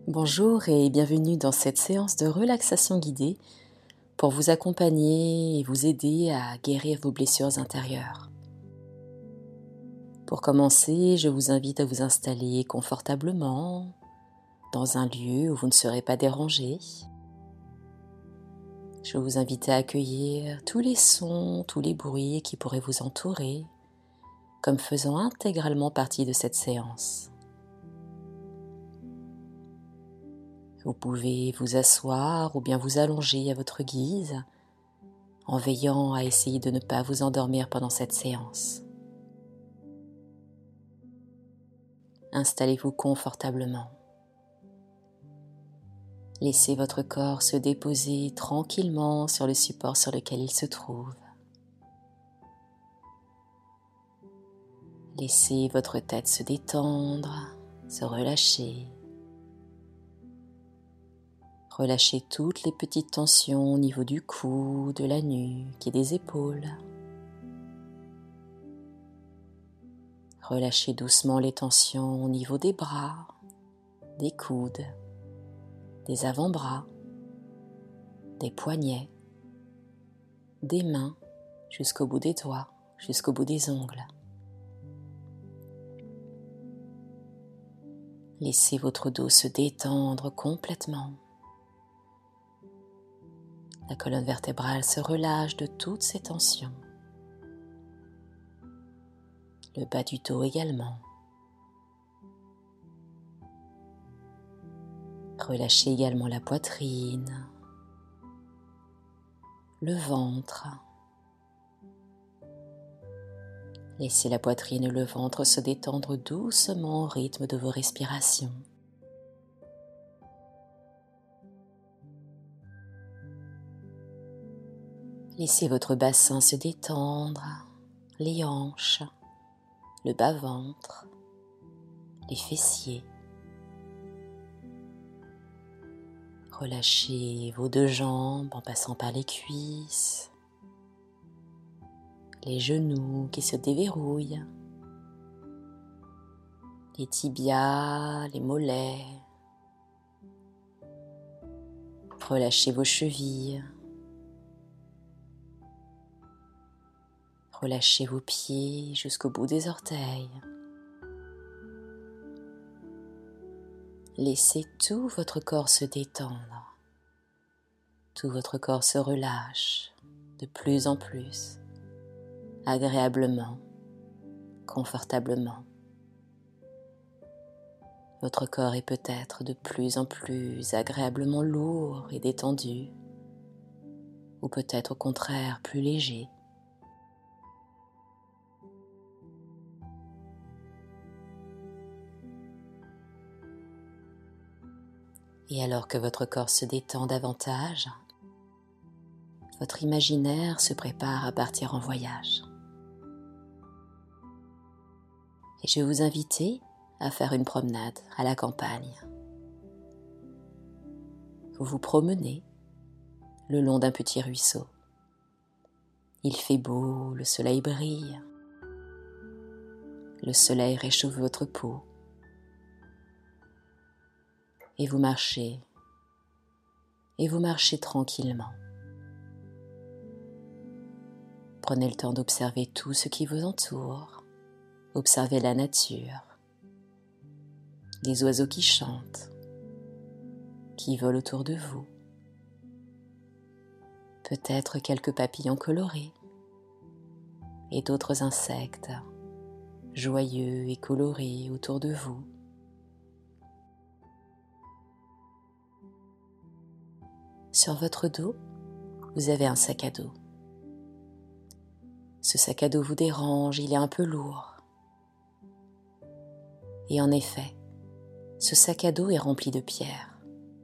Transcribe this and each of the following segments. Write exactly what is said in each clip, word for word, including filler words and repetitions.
Bonjour et bienvenue dans cette séance de relaxation guidée pour vous accompagner et vous aider à guérir vos blessures intérieures. Pour commencer, je vous invite à vous installer confortablement dans un lieu où vous ne serez pas dérangé. Je vous invite à accueillir tous les sons, tous les bruits qui pourraient vous entourer, comme faisant intégralement partie de cette séance. Vous pouvez vous asseoir ou bien vous allonger à votre guise, en veillant à essayer de ne pas vous endormir pendant cette séance. Installez-vous confortablement. Laissez votre corps se déposer tranquillement sur le support sur lequel il se trouve. Laissez votre tête se détendre, se relâcher. Relâchez toutes les petites tensions au niveau du cou, de la nuque et des épaules. Relâchez doucement les tensions au niveau des bras, des coudes, des avant-bras, des poignets, des mains jusqu'au bout des doigts, jusqu'au bout des ongles. Laissez votre dos se détendre complètement. La colonne vertébrale se relâche de toutes ces tensions. Le bas du dos également. Relâchez également la poitrine, le ventre. Laissez la poitrine et le ventre se détendre doucement au rythme de vos respirations. Laissez votre bassin se détendre, les hanches, le bas-ventre, les fessiers. Relâchez vos deux jambes en passant par les cuisses, les genoux qui se déverrouillent, les tibias, les mollets. Relâchez vos chevilles. Relâchez vos pieds jusqu'au bout des orteils. Laissez tout votre corps se détendre. Tout votre corps se relâche de plus en plus, agréablement, confortablement. Votre corps est peut-être de plus en plus agréablement lourd et détendu, ou peut-être au contraire plus léger. Et alors que votre corps se détend davantage, votre imaginaire se prépare à partir en voyage. Et je vais vous inviter à faire une promenade à la campagne. Vous vous promenez le long d'un petit ruisseau. Il fait beau, le soleil brille. Le soleil réchauffe votre peau. Et vous marchez, et vous marchez tranquillement. Prenez le temps d'observer tout ce qui vous entoure. Observez la nature, les oiseaux qui chantent, qui volent autour de vous. Peut-être quelques papillons colorés et d'autres insectes joyeux et colorés autour de vous. Sur votre dos, vous avez un sac à dos. Ce sac à dos vous dérange, il est un peu lourd. Et en effet, ce sac à dos est rempli de pierres.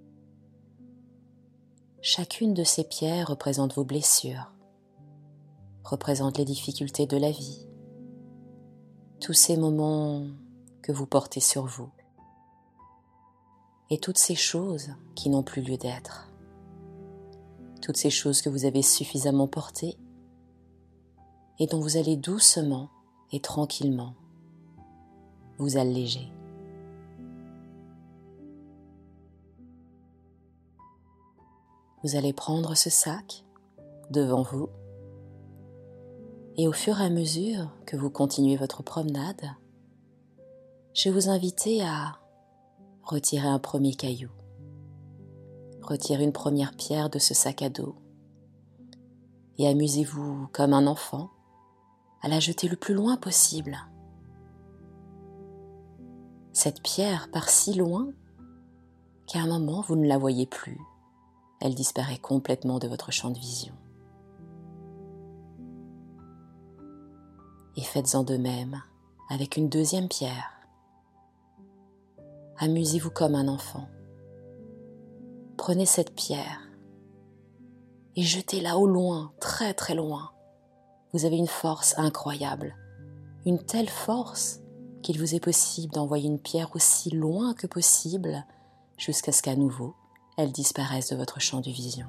Chacune de ces pierres représente vos blessures, représente les difficultés de la vie, tous ces moments que vous portez sur vous, et toutes ces choses qui n'ont plus lieu d'être. Toutes ces choses que vous avez suffisamment portées et dont vous allez doucement et tranquillement vous alléger. vous allez prendre ce sac devant vous et au fur et à mesure que vous continuez votre promenade, je vais vous inviter à retirer un premier caillou, retirer une première pierre de ce sac à dos et amusez-vous comme un enfant à la jeter le plus loin possible. Cette pierre part si loin qu'à un moment vous ne la voyez plus, elle disparaît complètement de votre champ de vision. Et faites-en de même avec une deuxième pierre. Amusez-vous comme un enfant. Prenez cette pierre et jetez-la au loin, très très loin. Vous avez une force incroyable, une telle force qu'il vous est possible d'envoyer une pierre aussi loin que possible jusqu'à ce qu'à nouveau, elle disparaisse de votre champ de vision.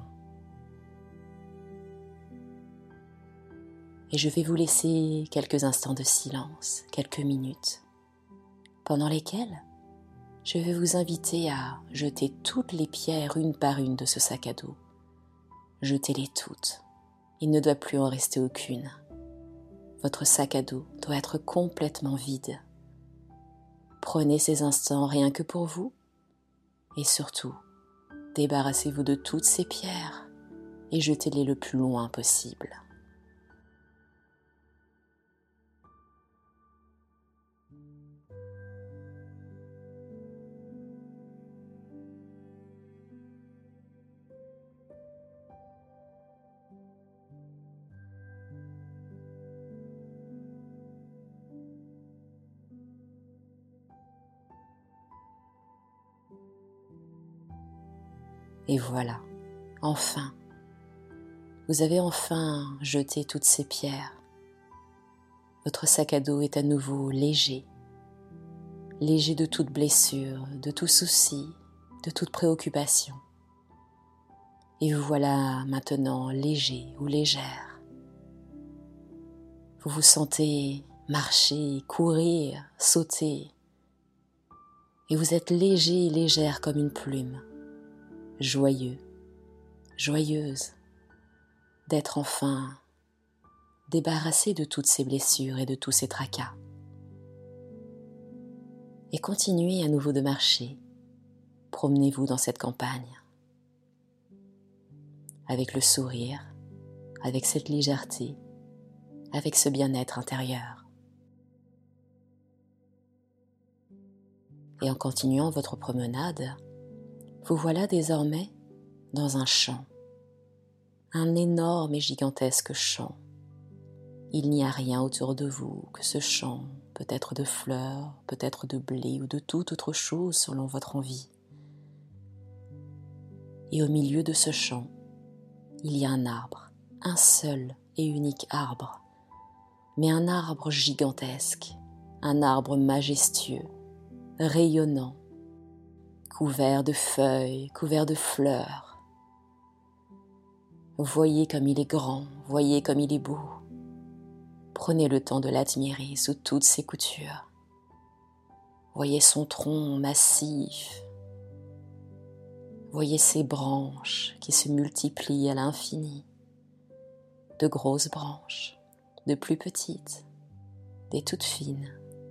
Et je vais vous laisser quelques instants de silence, quelques minutes, pendant lesquelles je vais vous inviter à jeter toutes les pierres une par une de ce sac à dos. Jetez-les toutes, il ne doit plus en rester aucune. Votre sac à dos doit être complètement vide. Prenez ces instants rien que pour vous et surtout, débarrassez-vous de toutes ces pierres et jetez-les le plus loin possible. Et voilà, enfin, vous avez enfin jeté toutes ces pierres. Votre sac à dos est à nouveau léger, léger de toute blessure, de tout souci, de toute préoccupation. Et vous voilà maintenant léger ou légère. Vous vous sentez marcher, courir, sauter, et vous êtes léger et légère comme une plume. Joyeux, joyeuse, d'être enfin débarrassé de toutes ces blessures et de tous ces tracas. Et continuez à nouveau de marcher, promenez-vous dans cette campagne, avec le sourire, avec cette légèreté, avec ce bien-être intérieur. Et en continuant votre promenade, vous voilà désormais dans un champ, un énorme et gigantesque champ. Il n'y a rien autour de vous que ce champ, peut-être de fleurs, peut-être de blé ou de toute autre chose selon votre envie. Et au milieu de ce champ, il y a un arbre, un seul et unique arbre, mais un arbre gigantesque, un arbre majestueux, rayonnant, couvert de feuilles, couvert de fleurs. Voyez comme il est grand, voyez comme il est beau. Prenez le temps de l'admirer sous toutes ses coutures. Voyez son tronc massif. Voyez ses branches qui se multiplient à l'infini. De grosses branches, de plus petites, des toutes fines.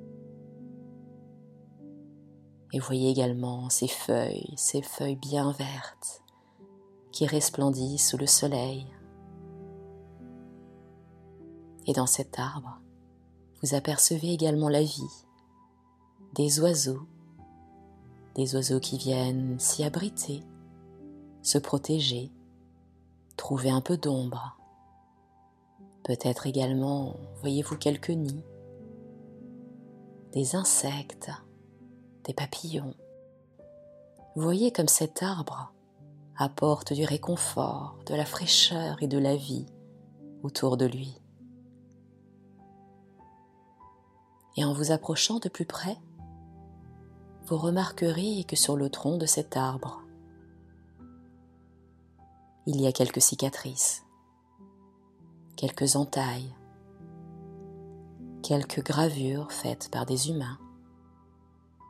Et voyez également ces feuilles, ces feuilles bien vertes qui resplendissent sous le soleil. Et dans cet arbre, vous apercevez également la vie, des oiseaux, des oiseaux qui viennent s'y abriter, se protéger, trouver un peu d'ombre. Peut-être également, voyez-vous quelques nids, des insectes, des papillons. Voyez comme cet arbre apporte du réconfort, de la fraîcheur et de la vie autour de lui. Et en vous approchant de plus près, vous remarquerez que sur le tronc de cet arbre, il y a quelques cicatrices, quelques entailles, quelques gravures faites par des humains,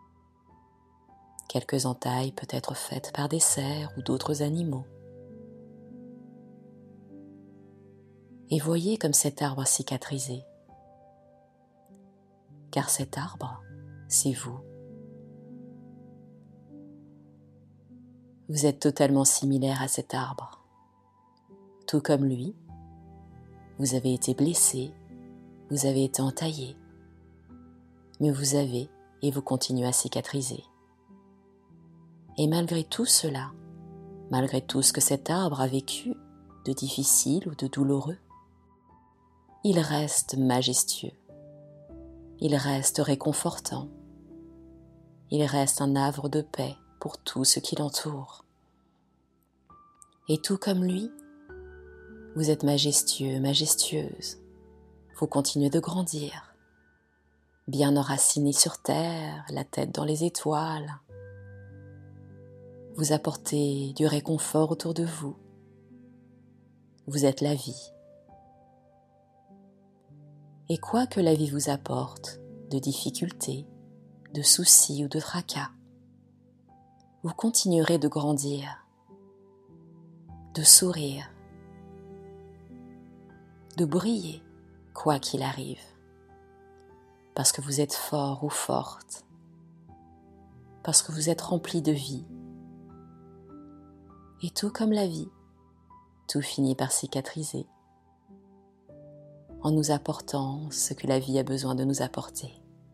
quelques entailles peut-être faites par des cerfs ou d'autres animaux. Et voyez comme cet arbre a cicatrisé. Car cet arbre, c'est vous. Vous êtes totalement similaire à cet arbre. Tout comme lui, vous avez été blessé, vous avez été entaillé, mais vous avez et vous continuez à cicatriser. Et malgré tout cela, malgré tout ce que cet arbre a vécu de difficile ou de douloureux, il reste majestueux, il reste réconfortant, il reste un havre de paix pour tout ce qui l'entoure. Et tout comme lui, vous êtes majestueux, majestueuse, vous continuez de grandir, bien enraciné sur terre, la tête dans les étoiles. Vous apportez du réconfort autour de vous. Vous êtes la vie. Et quoi que la vie vous apporte, de difficultés, de soucis ou de tracas, vous continuerez de grandir, de sourire, de briller, quoi qu'il arrive, parce que vous êtes fort ou forte, parce que vous êtes rempli de vie. Et tout comme la vie, tout finit par cicatriser, en nous apportant ce que la vie a besoin de nous apporter.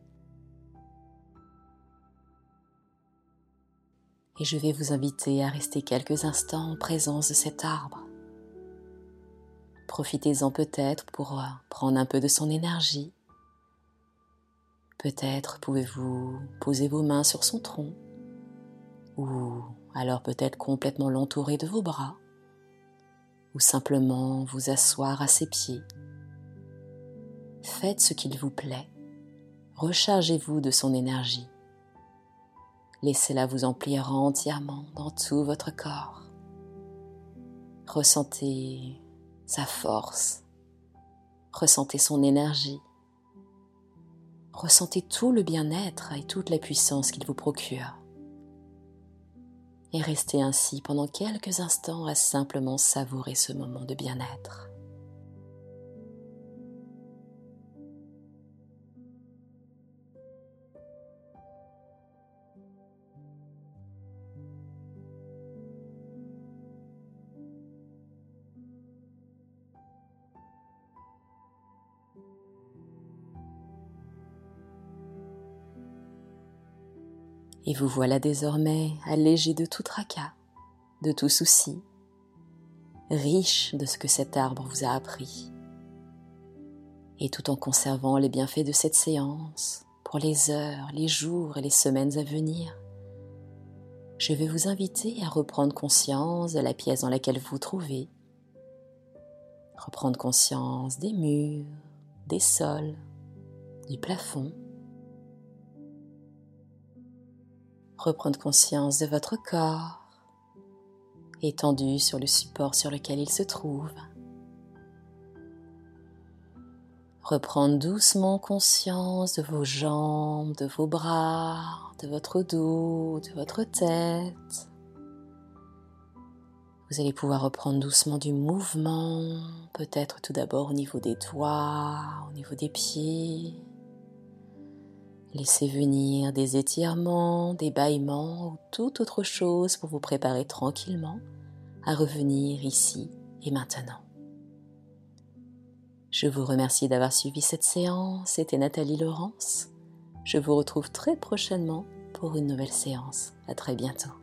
Et je vais vous inviter à rester quelques instants en présence de cet arbre. Profitez-en peut-être pour prendre un peu de son énergie. Peut-être pouvez-vous poser vos mains sur son tronc, ou alors peut-être complètement l'entourer de vos bras, ou simplement vous asseoir à ses pieds. Faites ce qu'il vous plaît, rechargez-vous de son énergie. Laissez-la vous emplir entièrement dans tout votre corps. Ressentez sa force, ressentez son énergie, ressentez tout le bien-être et toute la puissance qu'il vous procure. Et restez ainsi pendant quelques instants à simplement savourer ce moment de bien-être. Et vous voilà désormais allégé de tout tracas, de tout souci, riche de ce que cet arbre vous a appris. Et tout en conservant les bienfaits de cette séance pour les heures, les jours et les semaines à venir, je vais vous inviter à reprendre conscience de la pièce dans laquelle vous vous trouvez, reprendre conscience des murs, des sols, du plafond, reprendre conscience de votre corps, étendu sur le support sur lequel il se trouve. Reprendre doucement conscience de vos jambes, de vos bras, de votre dos, de votre tête. Vous allez pouvoir reprendre doucement du mouvement, peut-être tout d'abord au niveau des doigts, au niveau des pieds. Laissez venir des étirements, des bâillements ou toute autre chose pour vous préparer tranquillement à revenir ici et maintenant. Je vous remercie d'avoir suivi cette séance. C'était Nathalie Laurence. Je vous retrouve très prochainement pour une nouvelle séance. À très bientôt.